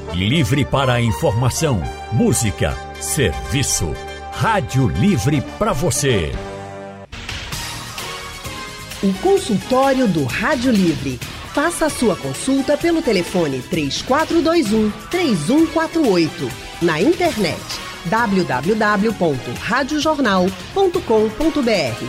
Livre para a informação, música, serviço. Rádio Livre para você. O consultório do Rádio Livre. Faça a sua consulta pelo telefone 3421-3148. Na internet www.radiojornal.com.br.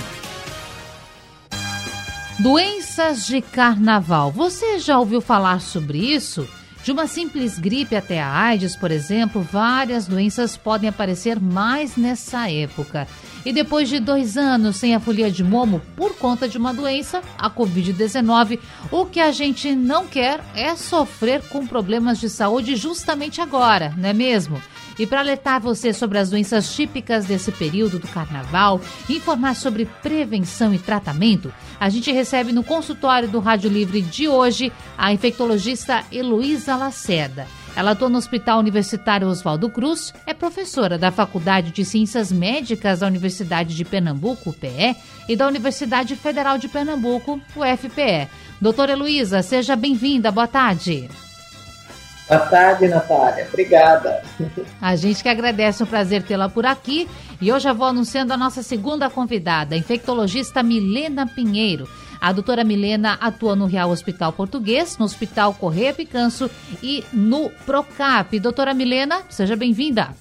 Doenças de carnaval. Você já ouviu falar sobre isso? De uma simples gripe até a AIDS, por exemplo, várias doenças podem aparecer mais nessa época. E depois de 2 anos sem a folia de momo por conta de uma doença, a Covid-19, o que a gente não quer é sofrer com problemas de saúde justamente agora, não é mesmo? E para alertar você sobre as doenças típicas desse período do carnaval, informar sobre prevenção e tratamento, a gente recebe no consultório do Rádio Livre de hoje a infectologista Heloísa Lacerda. Ela atua no Hospital Universitário Oswaldo Cruz, é professora da Faculdade de Ciências Médicas da Universidade de Pernambuco, UPE, e da Universidade Federal de Pernambuco, UFPE. Doutora Heloísa, seja bem-vinda, boa tarde. Boa tarde, Natália. Obrigada. A gente que agradece, um prazer tê-la por aqui. E hoje eu vou anunciando a nossa segunda convidada, a infectologista Milena Pinheiro. A doutora Milena atua no Real Hospital Português, no Hospital Correia Picanso e no Procap. Doutora Milena, seja bem-vinda.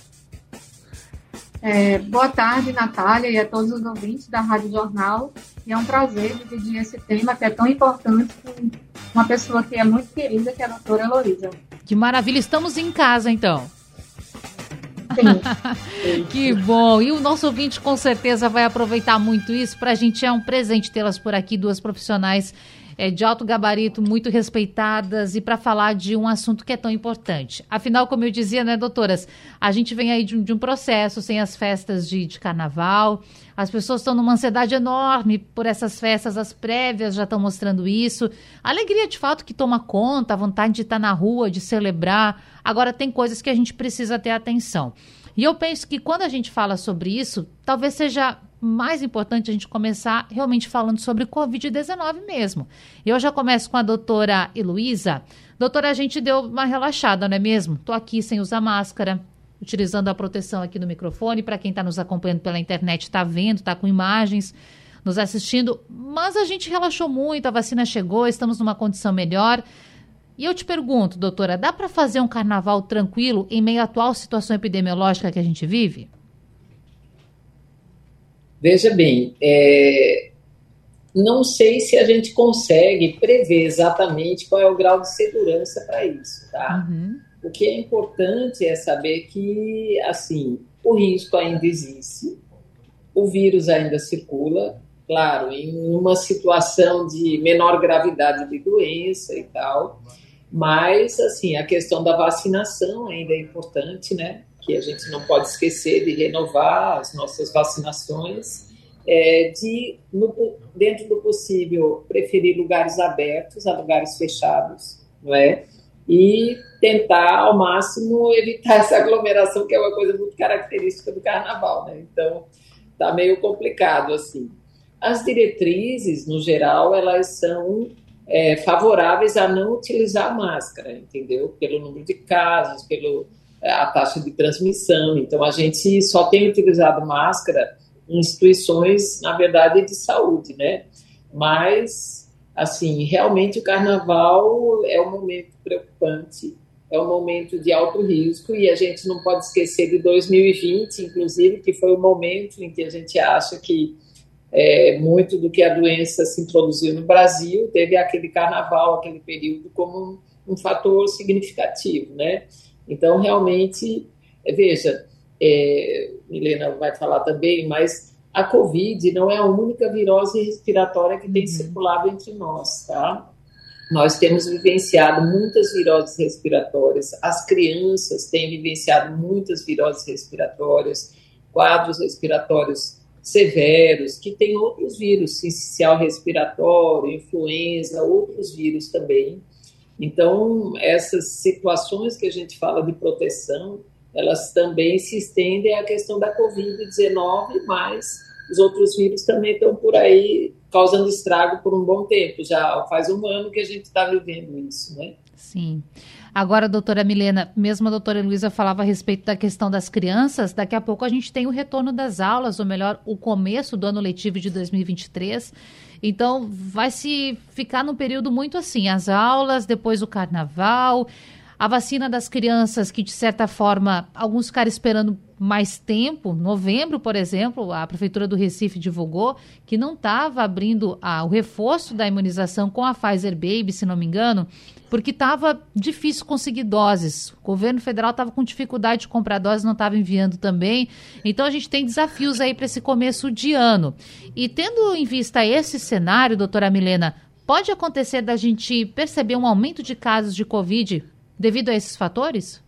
Boa tarde, Natália, e a todos os ouvintes da Rádio Jornal. E é um prazer dividir esse tema que é tão importante com uma pessoa que é muito querida, que é a doutora Heloísa. Que maravilha, estamos em casa então. Sim. Que bom, e o nosso ouvinte com certeza vai aproveitar muito isso. Para a gente é um presente tê-las por aqui, 2 profissionais de alto gabarito, muito respeitadas, e para falar de um assunto que é tão importante. Afinal, como eu dizia, né, doutoras, a gente vem aí de um processo sem as festas de carnaval, as pessoas estão numa ansiedade enorme por essas festas, as prévias já estão mostrando isso, a alegria de fato que toma conta, a vontade de estar na rua, de celebrar. Agora tem coisas que a gente precisa ter atenção. E eu penso que quando a gente fala sobre isso, talvez seja mais importante a gente começar realmente falando sobre Covid-19 mesmo. Eu já começo com a doutora Heloísa. Doutora, a gente deu uma relaxada, não é mesmo? Estou aqui sem usar máscara, utilizando a proteção aqui no microfone. Para quem está nos acompanhando pela internet, está vendo, está com imagens, nos assistindo. Mas a gente relaxou muito, a vacina chegou, estamos numa condição melhor. E eu te pergunto, doutora, dá para fazer um carnaval tranquilo em meio à atual situação epidemiológica que a gente vive? Veja bem, não sei se a gente consegue prever exatamente qual é o grau de segurança para isso, tá? Uhum. O que é importante é saber que, assim, o risco ainda existe, o vírus ainda circula, claro, em uma situação de menor gravidade de doença e tal, mas, assim, a questão da vacinação ainda é importante, né? Que a gente não pode esquecer de renovar as nossas vacinações, dentro do possível, preferir lugares abertos a lugares fechados, não é? E tentar, ao máximo, evitar essa aglomeração, que é uma coisa muito característica do carnaval, né? Então, está meio complicado, assim. As diretrizes, no geral, elas são favoráveis a não utilizar a máscara, entendeu? Pelo número de casos, a taxa de transmissão. Então, a gente só tem utilizado máscara em instituições, na verdade, de saúde, né? Mas, assim, realmente o carnaval é um momento preocupante, é um momento de alto risco, e a gente não pode esquecer de 2020, inclusive, que foi o momento em que a gente acha que muito do que a doença se introduziu no Brasil teve aquele carnaval, aquele período, como um fator significativo, né? Então, realmente, veja, Milena vai falar também, mas a Covid não é a única virose respiratória que tem circulado entre nós, tá? Nós temos vivenciado muitas viroses respiratórias, as crianças têm vivenciado muitas viroses respiratórias, quadros respiratórios severos, que tem outros vírus, sincicial respiratório, influenza, outros vírus também. Então, essas situações que a gente fala de proteção, elas também se estendem à questão da Covid-19, mas os outros vírus também estão por aí causando estrago por um bom tempo. Já faz um ano que a gente está vivendo isso, né? Sim. Agora, doutora Milena, mesmo a doutora Heloísa falava a respeito da questão das crianças, daqui a pouco a gente tem o retorno das aulas, ou melhor, o começo do ano letivo de 2023. Então, vai se ficar num período muito assim, as aulas, depois o carnaval, a vacina das crianças, que de certa forma, alguns ficaram esperando mais tempo. Novembro, por exemplo, a Prefeitura do Recife divulgou que não estava abrindo o reforço da imunização com a Pfizer Baby, se não me engano, porque estava difícil conseguir doses. O governo federal estava com dificuldade de comprar doses, não estava enviando também. Então, a gente tem desafios aí para esse começo de ano. E tendo em vista esse cenário, doutora Milena, pode acontecer da gente perceber um aumento de casos de Covid devido a esses fatores?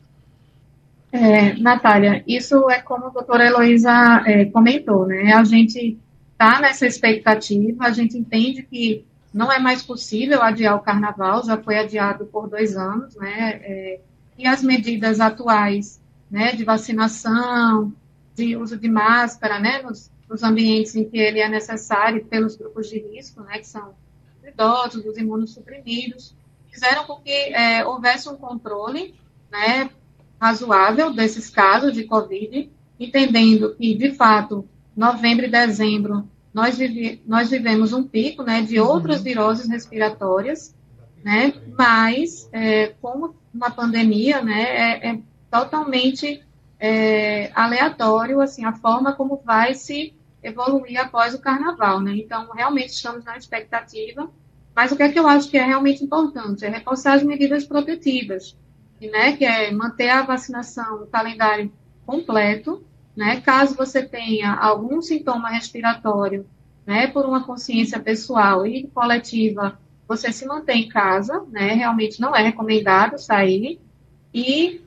Natália, isso é como a doutora Heloísa comentou, né? A gente está nessa expectativa, a gente entende que não é mais possível adiar o carnaval, já foi adiado por 2 anos, né? E as medidas atuais, né, de vacinação, de uso de máscara, né, nos ambientes em que ele é necessário pelos grupos de risco, né, que são os idosos, os imunossuprimidos, fizeram com que houvesse um controle, né, razoável desses casos de Covid, entendendo que, de fato, novembro e dezembro, nós vivemos um pico, né, de outras viroses respiratórias, né, mas, como uma pandemia, né, é totalmente aleatório, assim, a forma como vai se evoluir após o carnaval, né, então, realmente estamos na expectativa, mas o que é que eu acho que é realmente importante? É reforçar as medidas protetivas, né, que é manter a vacinação, o calendário completo, né, caso você tenha algum sintoma respiratório, né, por uma consciência pessoal e coletiva, você se mantém em casa, né, realmente não é recomendado sair, e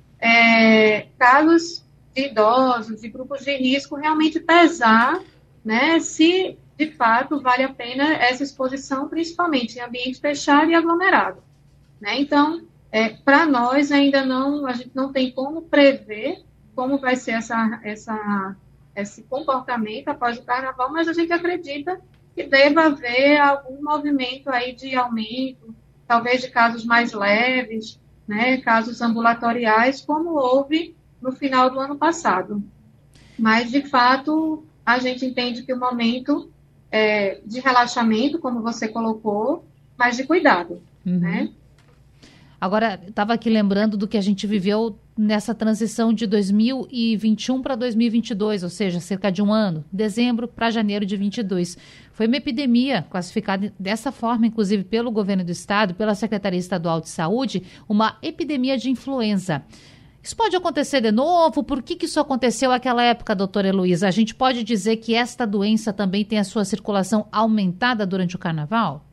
casos de idosos, de grupos de risco, realmente pesar, né, se de fato vale a pena essa exposição, principalmente em ambiente fechado e aglomerado, né, então, para nós ainda não, a gente não tem como prever como vai ser esse comportamento após o carnaval, mas a gente acredita que deva haver algum movimento aí de aumento, talvez de casos mais leves, né, casos ambulatoriais, como houve no final do ano passado. Mas, de fato, a gente entende que o momento é de relaxamento, como você colocou, mas de cuidado, né? Agora, estava aqui lembrando do que a gente viveu nessa transição de 2021 para 2022, ou seja, cerca de um ano, dezembro para janeiro de 22. Foi uma epidemia classificada dessa forma, inclusive pelo governo do estado, pela Secretaria Estadual de Saúde, uma epidemia de influenza. Isso pode acontecer de novo? Por que isso aconteceu naquela época, doutora Heloísa? A gente pode dizer que esta doença também tem a sua circulação aumentada durante o carnaval?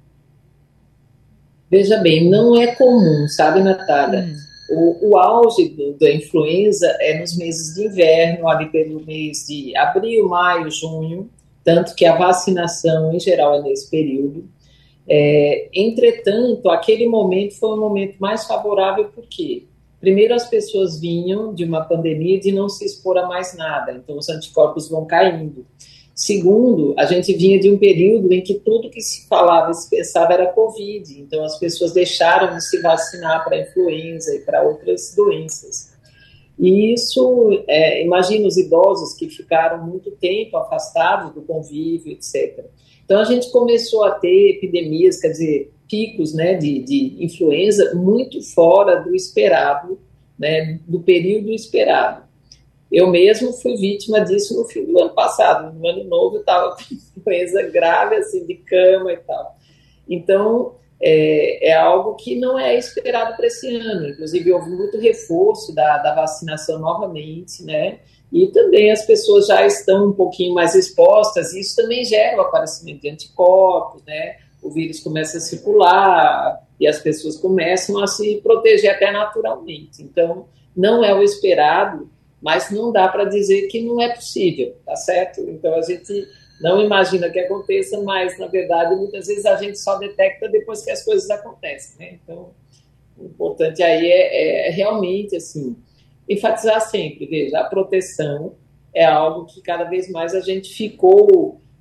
Veja bem, não é comum, sabe, Natália? O auge da influenza é nos meses de inverno, ali pelo mês de abril, maio, junho, tanto que a vacinação, em geral, é nesse período. Entretanto, aquele momento foi um momento mais favorável, porque primeiro as pessoas vinham de uma pandemia de não se expor a mais nada, então os anticorpos vão caindo. Segundo, a gente vinha de um período em que tudo que se falava e se pensava era Covid, então as pessoas deixaram de se vacinar para influenza e para outras doenças. E isso, imagina os idosos que ficaram muito tempo afastados do convívio, etc. Então a gente começou a ter epidemias, quer dizer, picos, né, de influenza muito fora do esperado, né, do período esperado. Eu mesmo fui vítima disso no fim do ano passado. No ano novo eu estava com influenza grave, assim, de cama e tal. Então, é algo que não é esperado para esse ano. Inclusive, houve muito reforço da vacinação novamente, né? E também as pessoas já estão um pouquinho mais expostas, e isso também gera o aparecimento de anticorpos, né? O vírus começa a circular e as pessoas começam a se proteger até naturalmente. Então, não é o esperado, mas não dá para dizer que não é possível, tá certo? Então, a gente não imagina que aconteça, mas, na verdade, muitas vezes a gente só detecta depois que as coisas acontecem, né? Então, o importante aí é realmente, assim, enfatizar sempre, veja, a proteção é algo que cada vez mais a gente ficou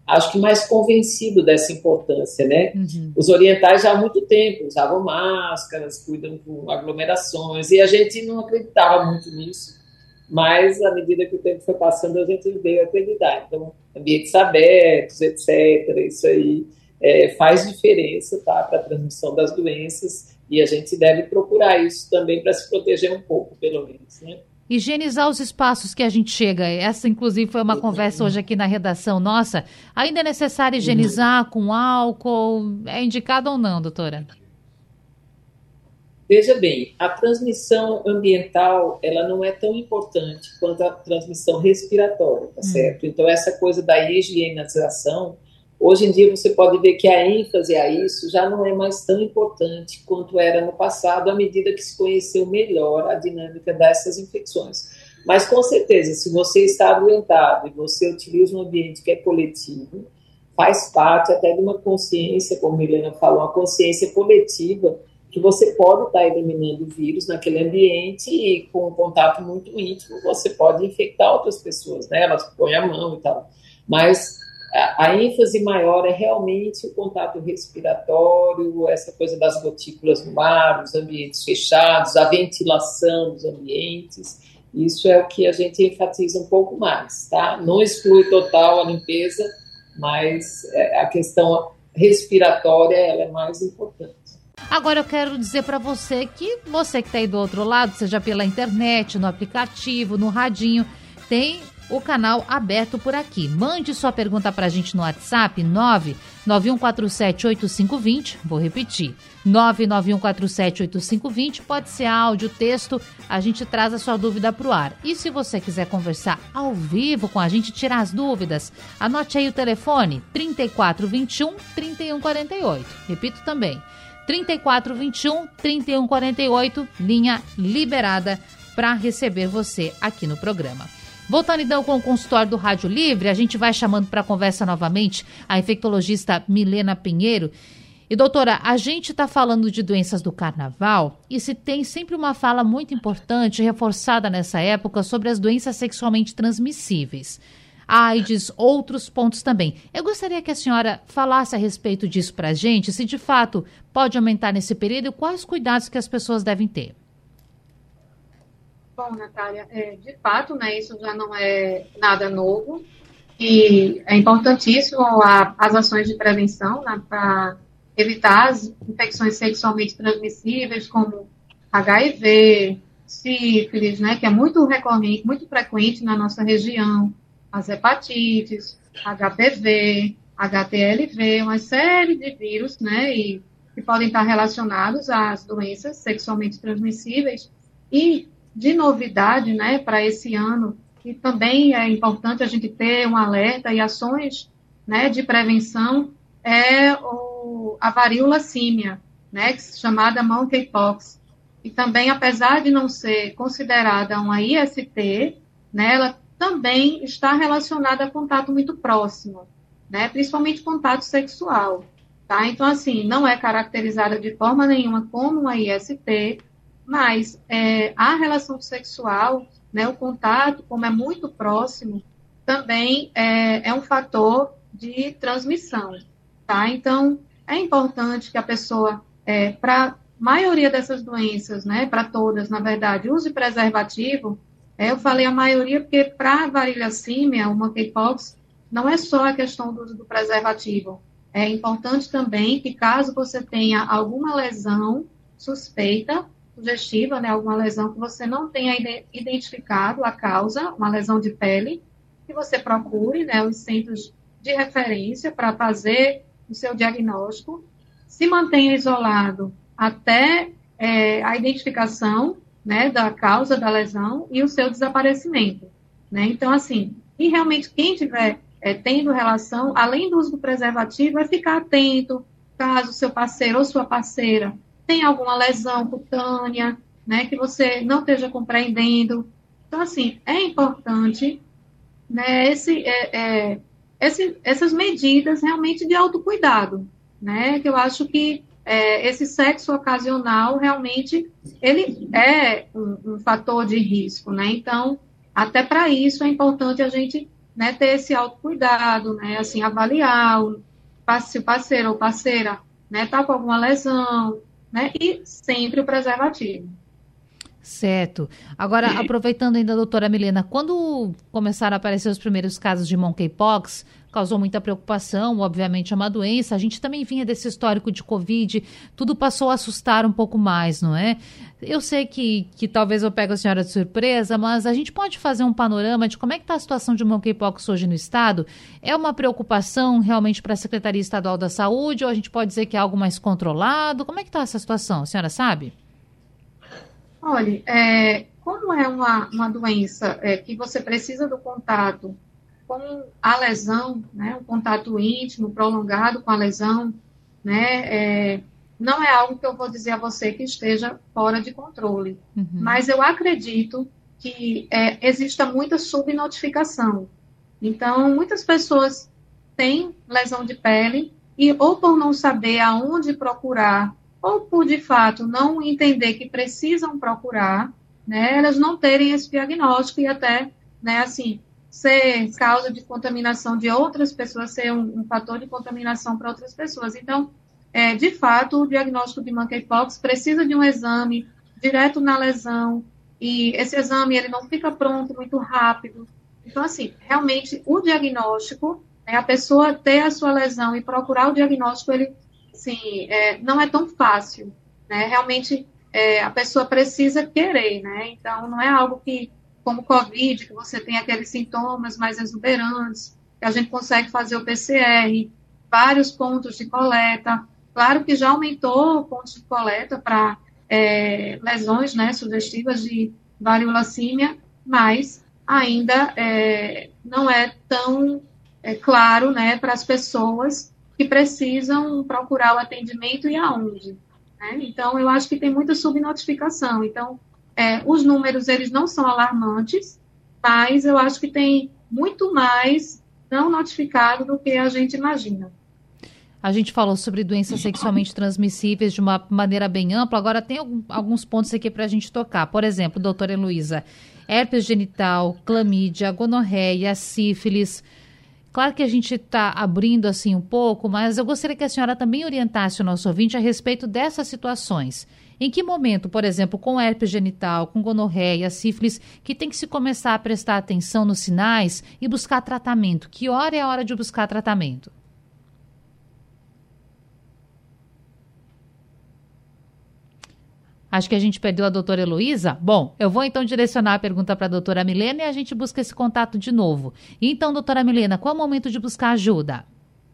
acho que mais convencido dessa importância, né? Uhum. Os orientais já há muito tempo usavam máscaras, cuidam com aglomerações, e a gente não acreditava muito nisso, mas à medida que o tempo foi passando, a gente veio acreditar. Então, ambientes abertos, etc., isso aí faz diferença, tá, para a transmissão das doenças, e a gente deve procurar isso também para se proteger um pouco, pelo menos, né? Higienizar os espaços que a gente chega. Essa, inclusive, foi uma conversa hoje aqui na redação. Nossa, ainda é necessário higienizar com álcool? É indicado ou não, doutora? Veja bem, a transmissão ambiental, ela não é tão importante quanto a transmissão respiratória, tá certo? Então, essa coisa da higienização, hoje em dia você pode ver que a ênfase a isso já não é mais tão importante quanto era no passado, à medida que se conheceu melhor a dinâmica dessas infecções. Mas, com certeza, se você está adoentado e você utiliza um ambiente que é coletivo, faz parte até de uma consciência, como a Milena falou, uma consciência coletiva, que você pode estar eliminando o vírus naquele ambiente e com um contato muito íntimo você pode infectar outras pessoas, né? Elas põem a mão e tal. Mas a ênfase maior é realmente o contato respiratório, essa coisa das gotículas no ar, os ambientes fechados, a ventilação dos ambientes. Isso é o que a gente enfatiza um pouco mais, tá? Não exclui total a limpeza, mas a questão respiratória ela é mais importante. Agora eu quero dizer para você que está aí do outro lado, seja pela internet, no aplicativo, no radinho, tem o canal aberto por aqui. Mande sua pergunta para a gente no WhatsApp 991478520, vou repetir, 991478520, pode ser áudio, texto, a gente traz a sua dúvida para o ar. E se você quiser conversar ao vivo com a gente, tirar as dúvidas, anote aí o telefone 3421-3148, repito também, 3421-3148, linha liberada para receber você aqui no programa. Voltando então com o consultório do Rádio Livre, a gente vai chamando para conversa novamente a infectologista Milena Pinheiro. E doutora, a gente está falando de doenças do carnaval e se tem sempre uma fala muito importante, reforçada nessa época, sobre as doenças sexualmente transmissíveis. AIDS, outros pontos também. Eu gostaria que a senhora falasse a respeito disso para a gente, se de fato pode aumentar nesse período e quais cuidados que as pessoas devem ter. Bom, Natália, de fato, né, isso já não é nada novo e é importantíssimo as ações de prevenção, né, para evitar as infecções sexualmente transmissíveis como HIV, sífilis, né, que é muito recorrente, muito frequente na nossa região, as hepatites, HPV, HTLV, uma série de vírus, né, e que podem estar relacionados às doenças sexualmente transmissíveis. E, de novidade, né, para esse ano, e também é importante a gente ter um alerta e ações, né, de prevenção, a varíola símia, né, chamada monkeypox. E também, apesar de não ser considerada uma IST, né, ela também está relacionada a contato muito próximo, né? Principalmente contato sexual, tá? Então, assim, não é caracterizada de forma nenhuma como uma IST, mas a relação sexual, né, o contato, como é muito próximo, também é um fator de transmissão, tá? Então, é importante que a pessoa, para a maioria dessas doenças, né, para todas, na verdade, use preservativo. Eu falei a maioria porque para a varíola símia, o monkeypox, não é só a questão do uso do preservativo. É importante também que caso você tenha alguma lesão suspeita, sugestiva, né, alguma lesão que você não tenha identificado a causa, uma lesão de pele, que você procure, né, os centros de referência para fazer o seu diagnóstico, se mantenha isolado até a identificação, né, da causa da lesão e o seu desaparecimento, né? Então, assim, e realmente quem estiver tendo relação, além do uso do preservativo, é ficar atento, caso seu parceiro ou sua parceira tenha alguma lesão cutânea, né, que você não esteja compreendendo. Então, assim, é importante, né, essas medidas realmente de autocuidado, né, que eu acho que esse sexo ocasional realmente ele é um fator de risco, né? Então, até para isso é importante a gente né, ter esse autocuidado, né, assim, avaliar se o parceiro ou parceira, né, tá com alguma lesão, né, e sempre o preservativo. Certo. Agora, aproveitando ainda, doutora Milena, quando começaram a aparecer os primeiros casos de monkeypox, causou muita preocupação, obviamente é uma doença, a gente também vinha desse histórico de Covid, tudo passou a assustar um pouco mais, não é? Eu sei que talvez eu pegue a senhora de surpresa, mas a gente pode fazer um panorama de como é que está a situação de monkeypox hoje no Estado? É uma preocupação realmente para a Secretaria Estadual da Saúde ou a gente pode dizer que é algo mais controlado? Como é que está essa situação? A senhora sabe? Olha, como é uma doença que você precisa do contato com a lesão, né, um contato íntimo, prolongado com a lesão, né, não é algo que eu vou dizer a você que esteja fora de controle, mas eu acredito que exista muita subnotificação. Então, muitas pessoas têm lesão de pele e ou por não saber aonde procurar, ou por, de fato, não entender que precisam procurar, né, elas não terem esse diagnóstico e até, né, assim, ser causa de contaminação de outras pessoas, ser um fator de contaminação para outras pessoas. Então, de fato, o diagnóstico de monkeypox precisa de um exame direto na lesão, e esse exame ele não fica pronto muito rápido. Então, assim, realmente, o diagnóstico, a pessoa ter a sua lesão e procurar o diagnóstico, ele, assim, não é tão fácil, né? Realmente, a pessoa precisa querer, né? Então, não é algo que, como Covid, que você tem aqueles sintomas mais exuberantes, que a gente consegue fazer o PCR, vários pontos de coleta. Claro que já aumentou pontos de coleta para lesões, né, sugestivas de variolacímia, mas ainda não é tão claro, né, para as pessoas que precisam procurar o atendimento e aonde, né? Então, eu acho que tem muita subnotificação. Então, os números, eles não são alarmantes, mas eu acho que tem muito mais não notificado do que a gente imagina. A gente falou sobre doenças sexualmente transmissíveis de uma maneira bem ampla, agora tem alguns pontos aqui para a gente tocar. Por exemplo, doutora Heloísa, herpes genital, clamídia, gonorreia, sífilis. Claro que a gente está abrindo assim um pouco, mas eu gostaria que a senhora também orientasse o nosso ouvinte a respeito dessas situações. Em que momento, por exemplo, com herpes genital, com gonorreia, sífilis, que tem que se começar a prestar atenção nos sinais e buscar tratamento? Que hora é a hora de buscar tratamento? Acho que a gente perdeu a doutora Heloísa. Bom, eu vou então direcionar a pergunta para a doutora Milena e a gente busca esse contato de novo. Então, doutora Milena, qual é o momento de buscar ajuda?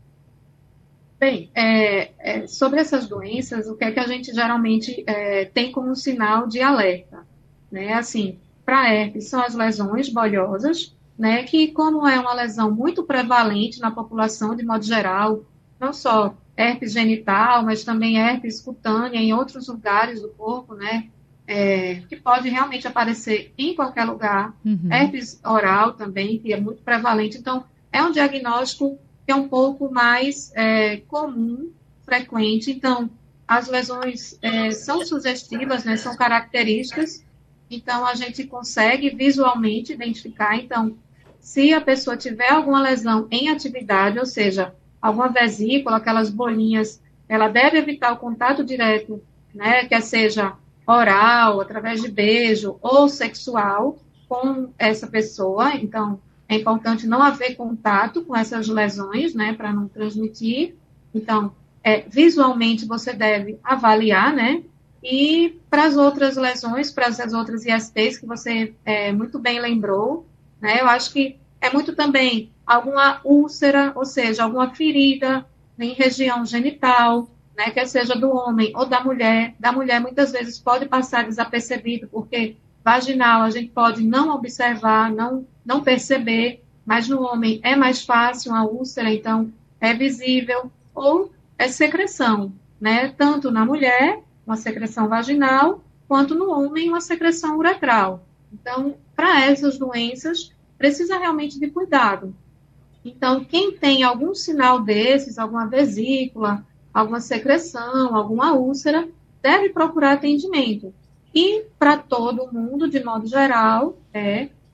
Bem, sobre essas doenças, o que é que a gente geralmente tem como sinal de alerta? Né? Assim, para herpes são as lesões bolhosas, né, que como é uma lesão muito prevalente na população de modo geral, não só herpes genital, mas também herpes cutânea em outros lugares do corpo, né, que pode realmente aparecer em qualquer lugar. Herpes oral também, que é muito prevalente. Então, é um diagnóstico que é um pouco mais comum, frequente. Então, as lesões são sugestivas, né, são características. Então, a gente consegue visualmente identificar. Então, se a pessoa tiver alguma lesão em atividade, ou seja, alguma vesícula, aquelas bolinhas, ela deve evitar o contato direto, né, quer seja oral, através de beijo, ou sexual, com essa pessoa. Então, é importante não haver contato com essas lesões, né, para não transmitir. Então, visualmente você deve avaliar, né, e para as outras lesões, para as outras ISTs que você muito bem lembrou, né, eu acho que é muito também alguma úlcera, ou seja, alguma ferida em região genital, né, quer seja do homem ou da mulher. Da mulher, muitas vezes, pode passar desapercebido, porque vaginal a gente pode não observar, não perceber, mas no homem é mais fácil uma úlcera, então é visível, ou é secreção, né, tanto na mulher, uma secreção vaginal, quanto no homem, uma secreção uretral. Então, para essas doenças, precisa realmente de cuidado. Então, quem tem algum sinal desses, alguma vesícula, alguma secreção, alguma úlcera, deve procurar atendimento. E, para todo mundo, de modo geral,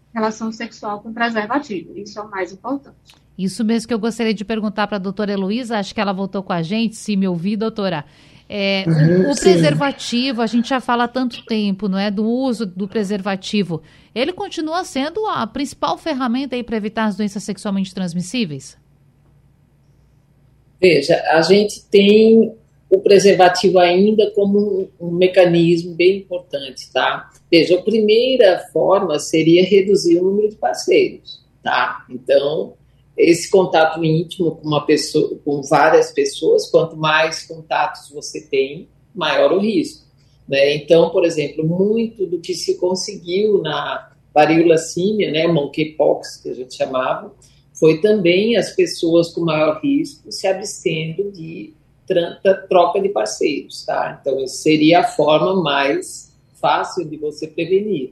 relação sexual com preservativo. Isso é o mais importante. Isso mesmo que eu gostaria de perguntar para a doutora Heloísa, acho que ela voltou com a gente, se me ouvir, doutora. O preservativo, a gente já fala há tanto tempo, não é, do uso do preservativo. Ele continua sendo a principal ferramenta aí para evitar as doenças sexualmente transmissíveis? Veja, a gente tem o preservativo ainda como um mecanismo bem importante, tá? Veja, a primeira forma seria reduzir o número de parceiros, tá? Então, esse contato íntimo com uma pessoa, com várias pessoas, quanto mais contatos você tem, maior o risco, né? Então, por exemplo, muito do que se conseguiu na varíola símia, né, monkeypox, que a gente chamava, foi também as pessoas com maior risco se abstendo de troca de parceiros, tá? Então, isso seria a forma mais fácil de você prevenir.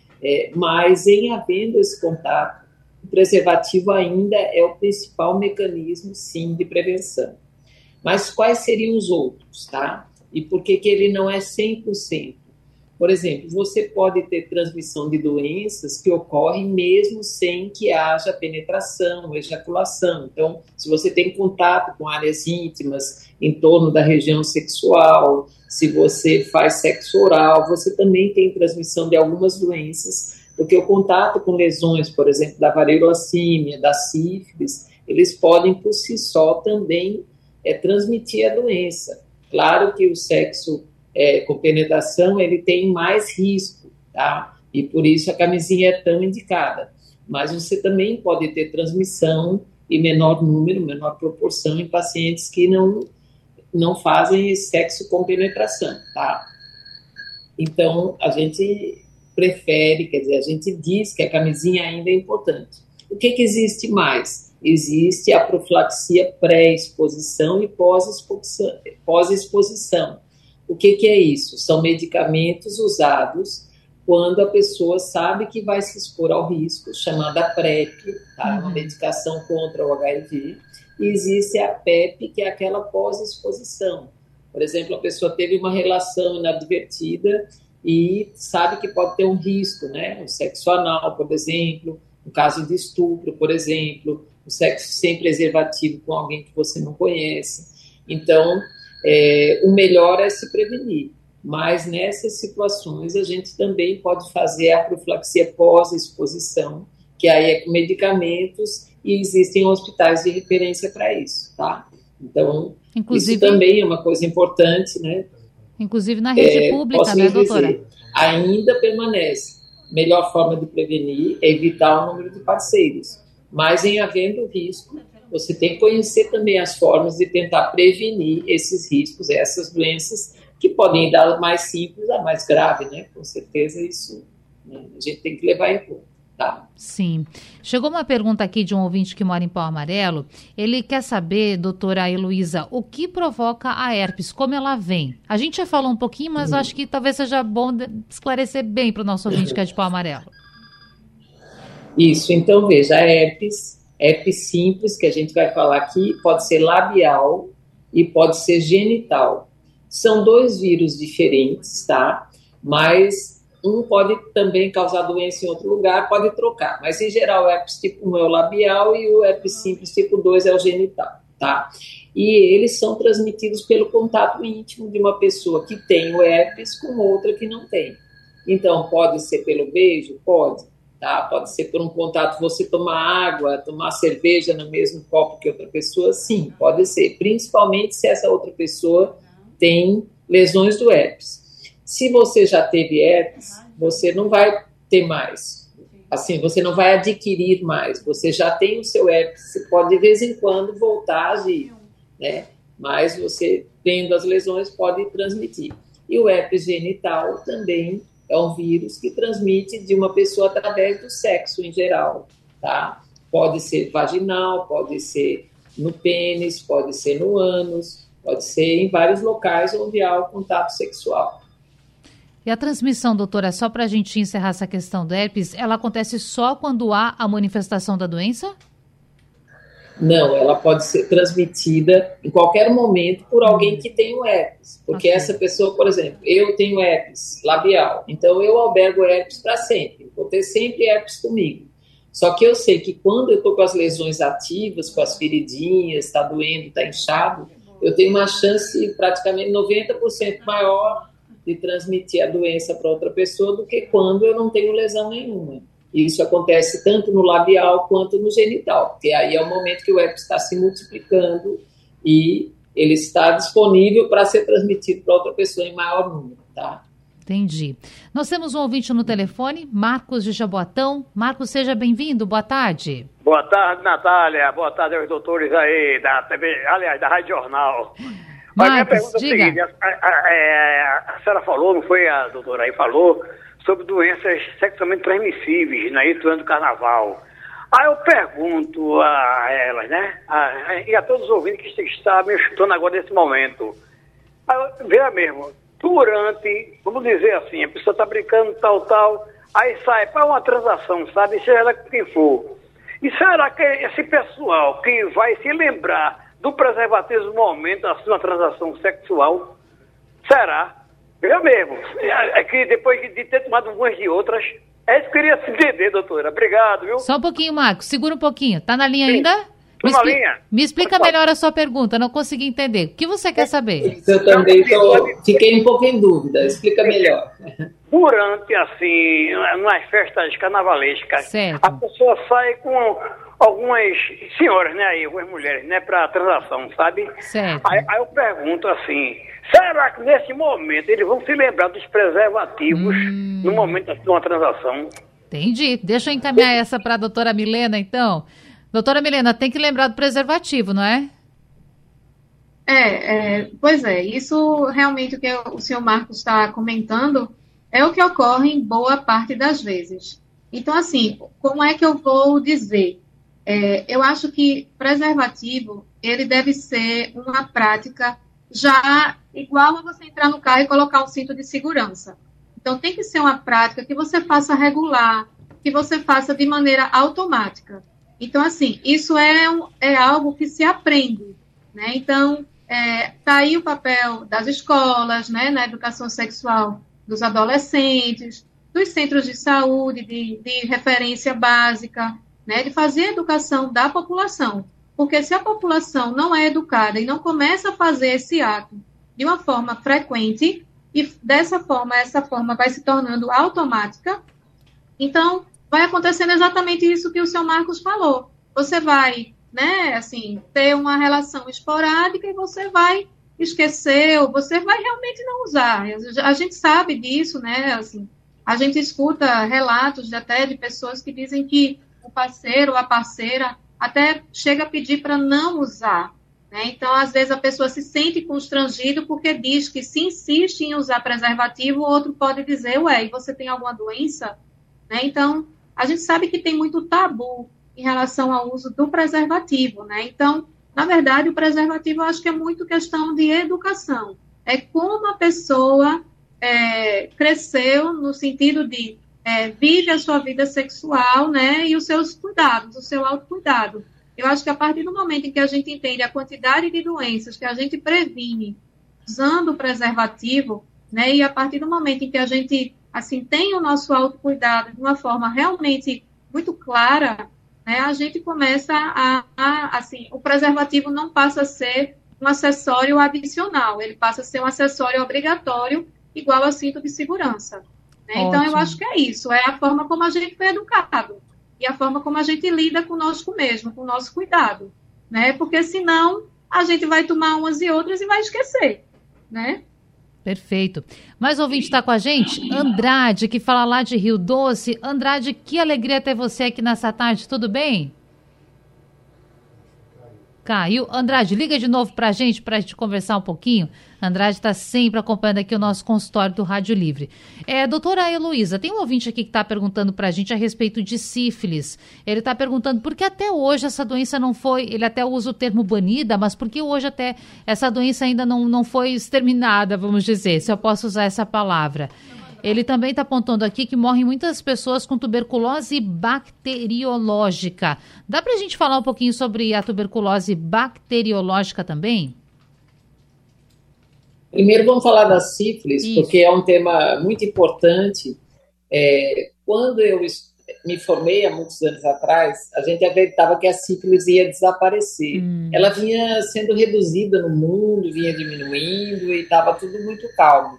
Mas, em havendo esse contato, o preservativo ainda é o principal mecanismo, sim, de prevenção. Mas quais seriam os outros, tá? E por que ele não é 100%? Por exemplo, você pode ter transmissão de doenças que ocorrem mesmo sem que haja penetração, ejaculação. Então, se você tem contato com áreas íntimas em torno da região sexual, se você faz sexo oral, você também tem transmissão de algumas doenças, porque o contato com lesões, por exemplo, da varíola símia, da sífilis, eles podem por si só também transmitir a doença. Claro que o sexo com penetração, ele tem mais risco, tá? E por isso a camisinha é tão indicada. Mas você também pode ter transmissão em menor número, menor proporção em pacientes que não fazem sexo com penetração, tá? Então, a gente prefere, quer dizer, a gente diz que a camisinha ainda é importante. O que existe mais? Existe a profilaxia pré-exposição e pós-exposição. O que é isso? São medicamentos usados quando a pessoa sabe que vai se expor ao risco, chamada PrEP, tá? Uma medicação contra o HIV. E existe a PEP, que é aquela pós-exposição. Por exemplo, a pessoa teve uma relação inadvertida e sabe que pode ter um risco, né? O sexo anal, por exemplo, um caso de estupro, por exemplo, o sexo sem preservativo com alguém que você não conhece. Então, o melhor é se prevenir, mas nessas situações a gente também pode fazer a profilaxia pós-exposição, que aí é com medicamentos e existem hospitais de referência para isso, tá? Então, isso também é uma coisa importante, né? Inclusive na rede pública, né, doutora? Dizer, ainda permanece. Melhor forma de prevenir é evitar o número de parceiros, mas em havendo risco, você tem que conhecer também as formas de tentar prevenir esses riscos, essas doenças que podem dar mais simples a mais grave, né? Com certeza isso, né, a gente tem que levar em conta, tá? Sim. Chegou uma pergunta aqui de um ouvinte que mora em Pau Amarelo. Ele quer saber, doutora Heloísa, o que provoca a herpes, como ela vem? A gente já falou um pouquinho, mas eu acho que talvez seja bom esclarecer bem para o nosso ouvinte que é de Pau Amarelo. Isso, então veja, a herpes simples, que a gente vai falar aqui, pode ser labial e pode ser genital. São 2 vírus diferentes, tá? Mas um pode também causar doença em outro lugar, pode trocar. Mas, em geral, o herpes tipo 1 é o labial e o herpes simples tipo 2 é o genital, tá? E eles são transmitidos pelo contato íntimo de uma pessoa que tem o herpes com outra que não tem. Então, pode ser pelo beijo? Pode. Tá? Pode ser por um contato, você tomar água, tomar cerveja no mesmo copo que outra pessoa, sim, pode ser, principalmente se essa outra pessoa tem lesões do herpes. Se você já teve herpes, você não vai ter mais, assim, você não vai adquirir mais, você já tem o seu herpes, você pode de vez em quando voltar a agir, né? Mas você, tendo as lesões, pode transmitir. E o herpes genital também é um vírus que transmite de uma pessoa através do sexo em geral, tá? Pode ser vaginal, pode ser no pênis, pode ser no ânus, pode ser em vários locais onde há o contato sexual. E a transmissão, doutora, só para a gente encerrar essa questão do herpes, ela acontece só quando há a manifestação da doença? Não, ela pode ser transmitida em qualquer momento por alguém que tem o herpes. Porque essa pessoa, por exemplo, eu tenho herpes labial, então eu albergo herpes para sempre. Vou ter sempre herpes comigo. Só que eu sei que quando eu estou com as lesões ativas, com as feridinhas, está doendo, está inchado, eu tenho uma chance praticamente 90% maior de transmitir a doença para outra pessoa do que quando eu não tenho lesão nenhuma. Isso acontece tanto no labial quanto no genital, porque aí é o momento que o herpes está se multiplicando e ele está disponível para ser transmitido para outra pessoa em maior número, tá? Entendi. Nós temos um ouvinte no telefone, Marcos de Jaboatão. Marcos, seja bem-vindo, boa tarde. Boa tarde, Natália. Boa tarde aos doutores aí da TV, aliás, da Rádio Jornal. Marcos, minha pergunta diga. é a seguinte, a senhora falou, não foi a doutora aí, falou sobre doenças sexualmente transmissíveis, né, durante o carnaval. Aí eu pergunto a elas, né, e a todos os ouvintes que estão me escutando agora nesse momento, veja mesmo, durante, vamos dizer assim, a pessoa está brincando, tal, aí sai para uma transação, sabe, seja ela com quem for. E será que esse pessoal que vai se lembrar do preservativo no momento, assim, uma transação sexual, será? Eu mesmo. É que depois de ter tomado umas de outras, é isso que eu queria se entender, doutora. Obrigado, viu? Só um pouquinho, Marcos. Segura um pouquinho. Tá na linha Sim. ainda? Tô na linha. Me explica melhor a sua pergunta. Não consegui entender. O que você quer saber? Eu também fiquei um pouco em dúvida. Explica melhor. Durante, assim, umas festas carnavalescas, Certo. a pessoa sai com algumas senhoras, né, aí, algumas mulheres, né, pra transação, sabe? Certo. Aí eu pergunto assim, será que nesse momento eles vão se lembrar dos preservativos no momento de uma transação? Entendi. Deixa eu encaminhar essa para a doutora Milena, então. Doutora Milena, tem que lembrar do preservativo, não é? Pois é, isso realmente o que o senhor Marcos está comentando é o que ocorre em boa parte das vezes. Então, assim, como é que eu vou dizer? Eu acho que preservativo, ele deve ser uma prática já igual a você entrar no carro e colocar um cinto de segurança. Então, tem que ser uma prática que você faça regular, que você faça de maneira automática. Então, assim, isso é algo que se aprende, né? Então, tá aí o papel das escolas, né, na educação sexual dos adolescentes, dos centros de saúde, de referência básica, né, de fazer a educação da população. Porque se a população não é educada e não começa a fazer esse ato de uma forma frequente, e dessa forma, essa forma vai se tornando automática, então vai acontecendo exatamente isso que o senhor Marcos falou. Você vai, né, assim, ter uma relação esporádica e você vai esquecer, ou você vai realmente não usar. A gente sabe disso, né, assim, a gente escuta relatos até de pessoas que dizem que o parceiro ou a parceira até chega a pedir para não usar, né? Então, às vezes, a pessoa se sente constrangido porque diz que se insiste em usar preservativo, o outro pode dizer, e você tem alguma doença? Né? Então, a gente sabe que tem muito tabu em relação ao uso do preservativo, né? Então, na verdade, o preservativo eu acho que é muito questão de educação. É como a pessoa cresceu no sentido de vive a sua vida sexual, né, e os seus cuidados, o seu autocuidado. Eu acho que a partir do momento em que a gente entende a quantidade de doenças que a gente previne usando o preservativo, né, e a partir do momento em que a gente, assim, tem o nosso autocuidado de uma forma realmente muito clara, né, a gente começa assim, o preservativo não passa a ser um acessório adicional, ele passa a ser um acessório obrigatório, igual ao cinto de segurança. Né? Então, eu acho que é isso, é a forma como a gente foi educado e a forma como a gente lida conosco mesmo, com o nosso cuidado, né? Porque senão a gente vai tomar umas e outras e vai esquecer, né? Perfeito. Mais ouvinte está com a gente? Andrade, que fala lá de Rio Doce. Andrade, que alegria ter você aqui nessa tarde, tudo bem? Caiu. Andrade, liga de novo para a gente conversar um pouquinho. Andrade está sempre acompanhando aqui o nosso consultório do Rádio Livre. Doutora Heloísa, tem um ouvinte aqui que está perguntando para a gente a respeito de sífilis. Ele está perguntando por que até hoje essa doença não foi, ele até usa o termo banida, mas por que hoje até essa doença ainda não foi exterminada, vamos dizer, se eu posso usar essa palavra. Ele também está apontando aqui que morrem muitas pessoas com tuberculose bacteriológica. Dá para a gente falar um pouquinho sobre a tuberculose bacteriológica também? Primeiro vamos falar da sífilis, Isso. porque é um tema muito importante. Quando eu me formei há muitos anos atrás, a gente acreditava que a sífilis ia desaparecer. Ela vinha sendo reduzida no mundo, vinha diminuindo e estava tudo muito calmo.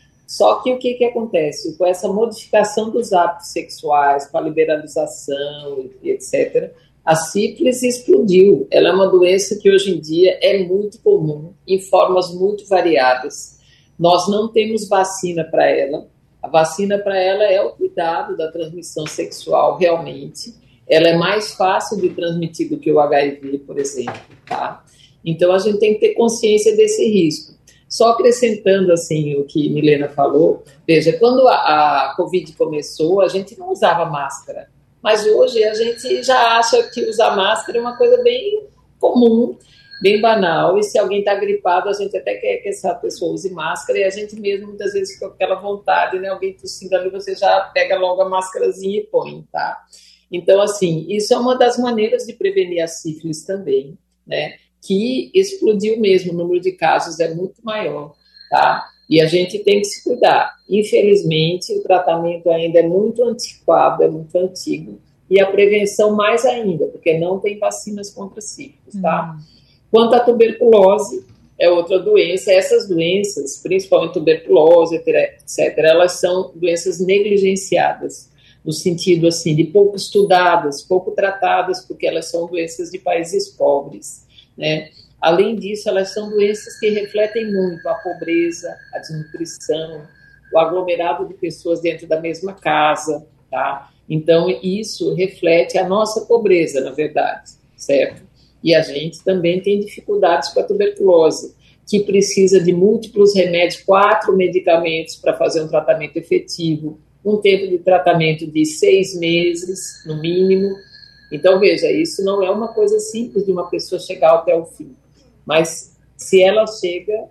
Só que o que acontece? Com essa modificação dos hábitos sexuais, com a liberalização, etc., a sífilis explodiu. Ela é uma doença que hoje em dia é muito comum, em formas muito variadas. Nós não temos vacina para ela. A vacina para ela é o cuidado da transmissão sexual, realmente. Ela é mais fácil de transmitir do que o HIV, por exemplo, tá? Então, a gente tem que ter consciência desse risco. Só acrescentando, assim, o que Milena falou, veja, quando a Covid começou, a gente não usava máscara, mas hoje a gente já acha que usar máscara é uma coisa bem comum, bem banal, e se alguém está gripado, a gente até quer que essa pessoa use máscara, e a gente mesmo, muitas vezes, fica com aquela vontade, né, alguém tossindo ali, você já pega logo a máscarazinha e põe, tá? Então, assim, isso é uma das maneiras de prevenir a sífilis também, né? Que explodiu mesmo, o número de casos é muito maior, tá? E a gente tem que se cuidar. Infelizmente, o tratamento ainda é muito antiquado, é muito antigo, e a prevenção mais ainda, porque não tem vacinas contra sífilis, tá? Quanto à tuberculose, é outra doença. Essas doenças, principalmente tuberculose, etc., elas são doenças negligenciadas, no sentido, assim, de pouco estudadas, pouco tratadas, porque elas são doenças de países pobres, né? Além disso, elas são doenças que refletem muito a pobreza, a desnutrição, o aglomerado de pessoas dentro da mesma casa, tá? Então, isso reflete a nossa pobreza, na verdade, certo? E a gente também tem dificuldades com a tuberculose, que precisa de múltiplos remédios, 4 medicamentos para fazer um tratamento efetivo, um tempo de tratamento de 6 meses, no mínimo. Então, veja, isso não é uma coisa simples de uma pessoa chegar até o fim. Mas, se ela chega,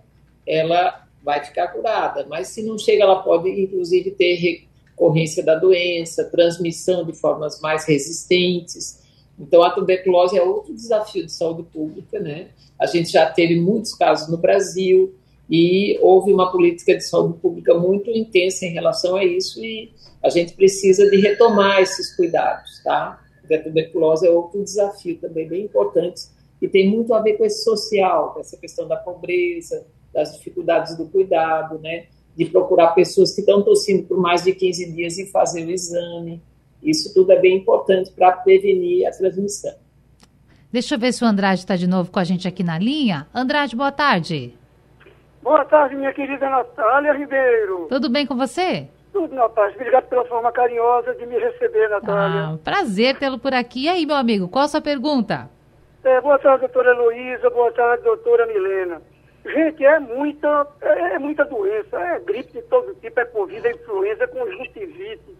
ela vai ficar curada. Mas, se não chega, ela pode, inclusive, ter recorrência da doença, transmissão de formas mais resistentes. Então, a tuberculose é outro desafio de saúde pública, né? A gente já teve muitos casos no Brasil e houve uma política de saúde pública muito intensa em relação a isso e a gente precisa de retomar esses cuidados, tá? A tuberculose é outro desafio também bem importante e tem muito a ver com esse social, com essa questão da pobreza, das dificuldades do cuidado, né? De procurar pessoas que estão tossindo por mais de 15 dias e fazer o exame. Isso tudo é bem importante para prevenir a transmissão. Deixa eu ver se o Andrade está de novo com a gente aqui na linha. Andrade, boa tarde. Boa tarde, minha querida Natália Ribeiro. Tudo bem com você? Tudo na paz. Obrigado pela forma carinhosa de me receber, Natália. Prazer tê-lo por aqui. E aí, meu amigo, qual a sua pergunta? Boa tarde, doutora Heloísa. Boa tarde, doutora Milena. Gente, é muita doença. É gripe de todo tipo, é Covid, é influenza, conjuntivite,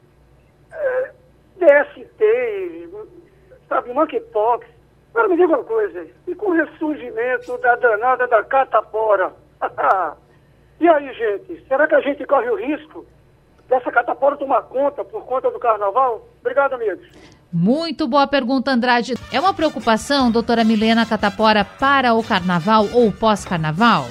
DST, sabe, monkeypox. Agora me diga uma coisa, e com o ressurgimento da danada da catapora? E aí, gente, será que a gente corre o risco dessa catapora tomar conta por conta do carnaval? Obrigado, amigos. Muito boa pergunta, Andrade. É uma preocupação, doutora Milena, catapora para o carnaval ou pós-carnaval?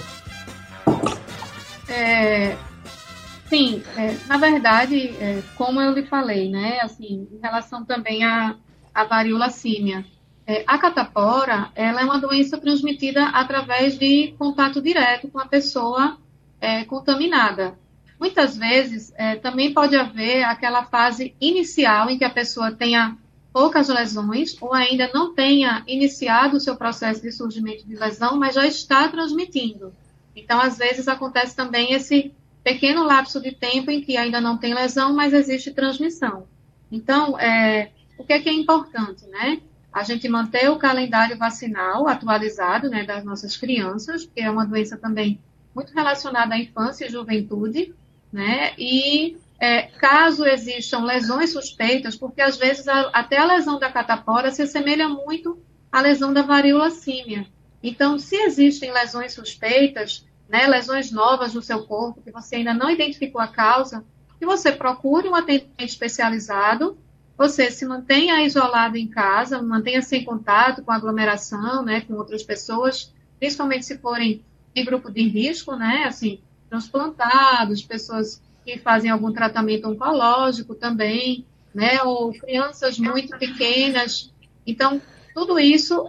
Sim, na verdade, como eu lhe falei, né, assim, em relação também à varíola símia, a catapora, ela é uma doença transmitida através de contato direto com a pessoa contaminada. Muitas vezes, também pode haver aquela fase inicial em que a pessoa tenha poucas lesões ou ainda não tenha iniciado o seu processo de surgimento de lesão, mas já está transmitindo. Então, às vezes, acontece também esse pequeno lapso de tempo em que ainda não tem lesão, mas existe transmissão. Então, o que é importante, né? A gente manter o calendário vacinal atualizado, né, das nossas crianças, que é uma doença também muito relacionada à infância e juventude, né? E caso existam lesões suspeitas, porque às vezes até a lesão da catapora se assemelha muito à lesão da varíola símia. Então, se existem lesões suspeitas, né, lesões novas no seu corpo, que você ainda não identificou a causa, que você procure um atendimento especializado, você se mantenha isolado em casa, mantenha-se em contato com aglomeração, né, com outras pessoas, principalmente se forem de grupo de risco, né, assim, transplantados, pessoas que fazem algum tratamento oncológico também, né, ou crianças muito pequenas. Então, tudo isso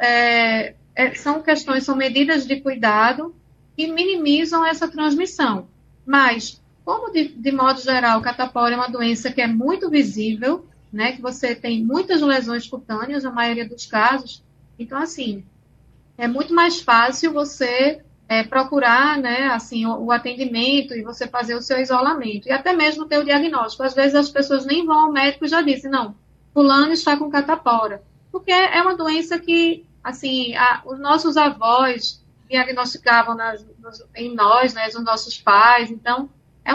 são questões, são medidas de cuidado que minimizam essa transmissão. Mas, como de modo geral, catapora é uma doença que é muito visível, né, que você tem muitas lesões cutâneas, na maioria dos casos, então, assim, é muito mais fácil você procurar, né, assim, o atendimento e você fazer o seu isolamento, e até mesmo ter o diagnóstico. Às vezes as pessoas nem vão ao médico e já dizem, não, fulano está com catapora, porque é uma doença que, assim, os nossos avós diagnosticavam em nós, né, os nossos pais, então,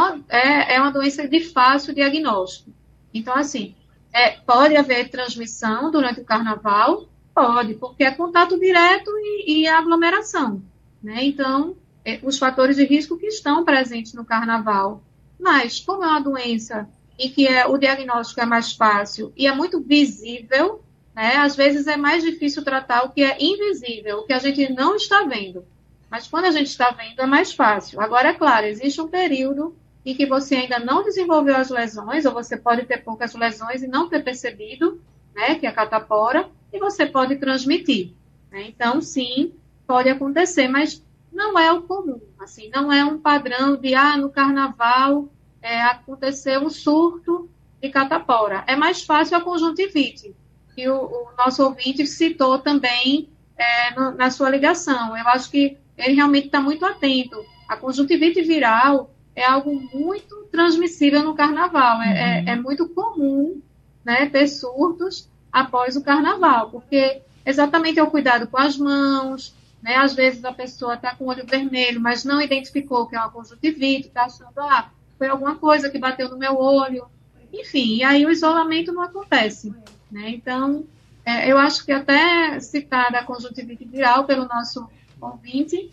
é uma doença de fácil diagnóstico. Então, assim, pode haver transmissão durante o carnaval? Pode, porque é contato direto e aglomeração, né? Então, os fatores de risco que estão presentes no carnaval. Mas, como é uma doença em que o diagnóstico é mais fácil e é muito visível, né? Às vezes é mais difícil tratar o que é invisível, o que a gente não está vendo. Mas quando a gente está vendo, é mais fácil. Agora, é claro, existe um período em que você ainda não desenvolveu as lesões, ou você pode ter poucas lesões e não ter percebido, né, que é a catapora, e você pode transmitir, né? Então, sim, pode acontecer, mas não é o comum, assim, não é um padrão de, no carnaval aconteceu um surto de catapora. É mais fácil a conjuntivite, que o nosso ouvinte citou também na sua ligação. Eu acho que ele realmente está muito atento. A conjuntivite viral é algo muito transmissível no carnaval. É muito comum, né, ter surtos após o carnaval, porque exatamente é o cuidado com as mãos, né? Às vezes a pessoa está com o olho vermelho, mas não identificou que é uma conjuntivite, está achando, foi alguma coisa que bateu no meu olho. Enfim, e aí o isolamento não acontece, né? Então, eu acho que até citar a conjuntivite viral pelo nosso ouvinte,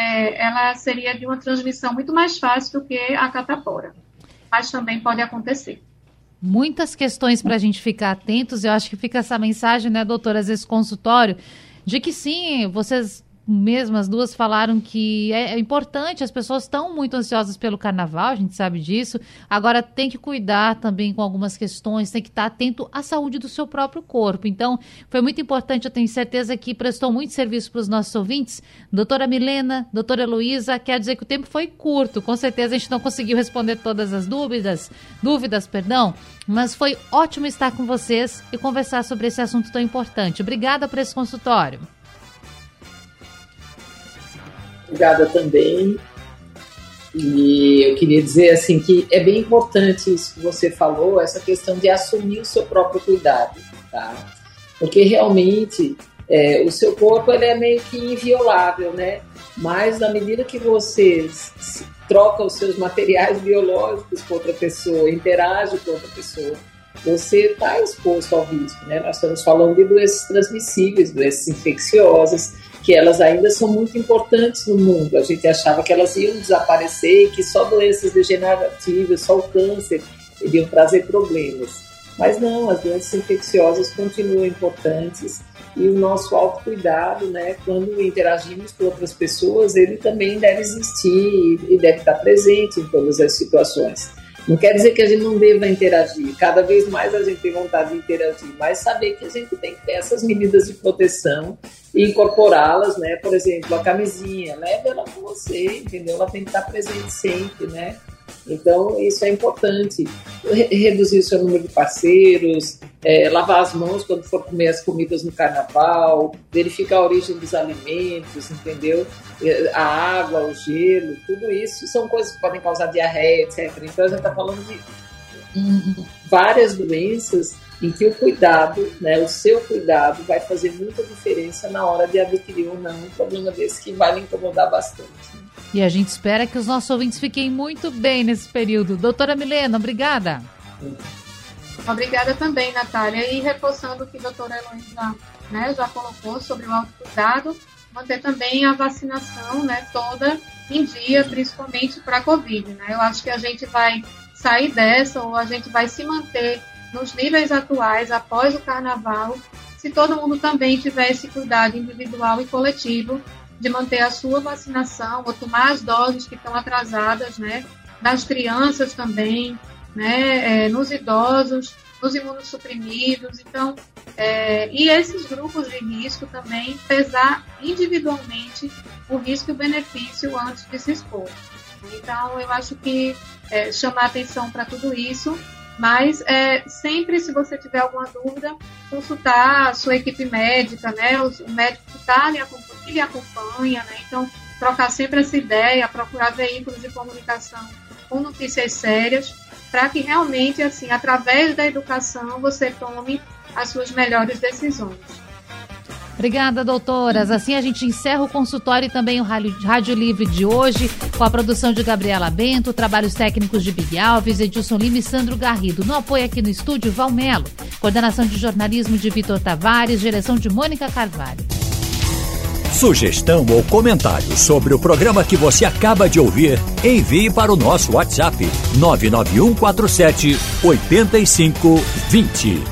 ela seria de uma transmissão muito mais fácil do que a catapora, mas também pode acontecer. Muitas questões para a gente ficar atentos. Eu acho que fica essa mensagem, né, doutora, às vezes consultório, de que sim, vocês mesmas duas falaram que é importante, as pessoas estão muito ansiosas pelo carnaval, a gente sabe disso. Agora tem que cuidar também com algumas questões, tem que estar atento à saúde do seu próprio corpo. Então, foi muito importante, eu tenho certeza que prestou muito serviço para os nossos ouvintes. Doutora Milena, doutora Heloísa, quer dizer que o tempo foi curto, com certeza a gente não conseguiu responder todas as dúvidas, mas foi ótimo estar com vocês e conversar sobre esse assunto tão importante. Obrigada por esse consultório. Obrigada também. E eu queria dizer assim que é bem importante isso que você falou, essa questão de assumir o seu próprio cuidado, tá? Porque realmente o seu corpo ele é meio que inviolável, né? Mas na medida que você troca os seus materiais biológicos com outra pessoa, interage com outra pessoa, você está exposto ao risco, né? Nós estamos falando de doenças transmissíveis, doenças infecciosas, que elas ainda são muito importantes no mundo. A gente achava que elas iam desaparecer e que só doenças degenerativas, só o câncer iriam trazer problemas. Mas não, as doenças infecciosas continuam importantes e o nosso autocuidado, né, quando interagimos com outras pessoas, ele também deve existir e deve estar presente em todas as situações. Não quer dizer que a gente não deva interagir, cada vez mais a gente tem vontade de interagir, mas saber que a gente tem que ter essas medidas de proteção e incorporá-las, né? Por exemplo, a camisinha, leve ela com você, entendeu? Ela tem que estar presente sempre, né? Então, isso é importante. Reduzir o seu número de parceiros, lavar as mãos quando for comer as comidas no carnaval, verificar a origem dos alimentos, entendeu? A água, o gelo, tudo isso são coisas que podem causar diarreia, etc. Então, a gente está falando de várias doenças em que o cuidado, né, o seu cuidado vai fazer muita diferença na hora de adquirir ou não um problema desse que vai lhe incomodar bastante. E a gente espera que os nossos ouvintes fiquem muito bem nesse período. Doutora Milena, obrigada. Obrigada também, Natália. E reforçando o que a doutora Heloísa, né, já colocou sobre o autocuidado, manter também a vacinação, né, toda em dia, principalmente para a Covid. Né? Eu acho que a gente vai sair dessa ou a gente vai se manter nos níveis atuais após o carnaval, se todo mundo também tiver esse cuidado individual e coletivo de manter a sua vacinação ou tomar as doses que estão atrasadas, né, das crianças também, né, nos idosos, nos imunossuprimidos, então, e esses grupos de risco também, pesar individualmente o risco e o benefício antes de se expor. Então, eu acho que chamar atenção para tudo isso, mas sempre, se você tiver alguma dúvida, consultar a sua equipe médica, né, o médico que lhe acompanha, né, então, trocar sempre essa ideia, procurar veículos de comunicação com notícias sérias, para que realmente, assim, através da educação, você tome as suas melhores decisões. Obrigada, doutoras. Assim a gente encerra o consultório e também o Rádio Livre de hoje, com a produção de Gabriela Bento, trabalhos técnicos de Big Alves, Edilson Lima e Sandro Garrido. No apoio aqui no estúdio, Valmelo. Coordenação de jornalismo de Vitor Tavares, direção de Mônica Carvalho. Sugestão ou comentário sobre o programa que você acaba de ouvir, envie para o nosso WhatsApp 99147 8520.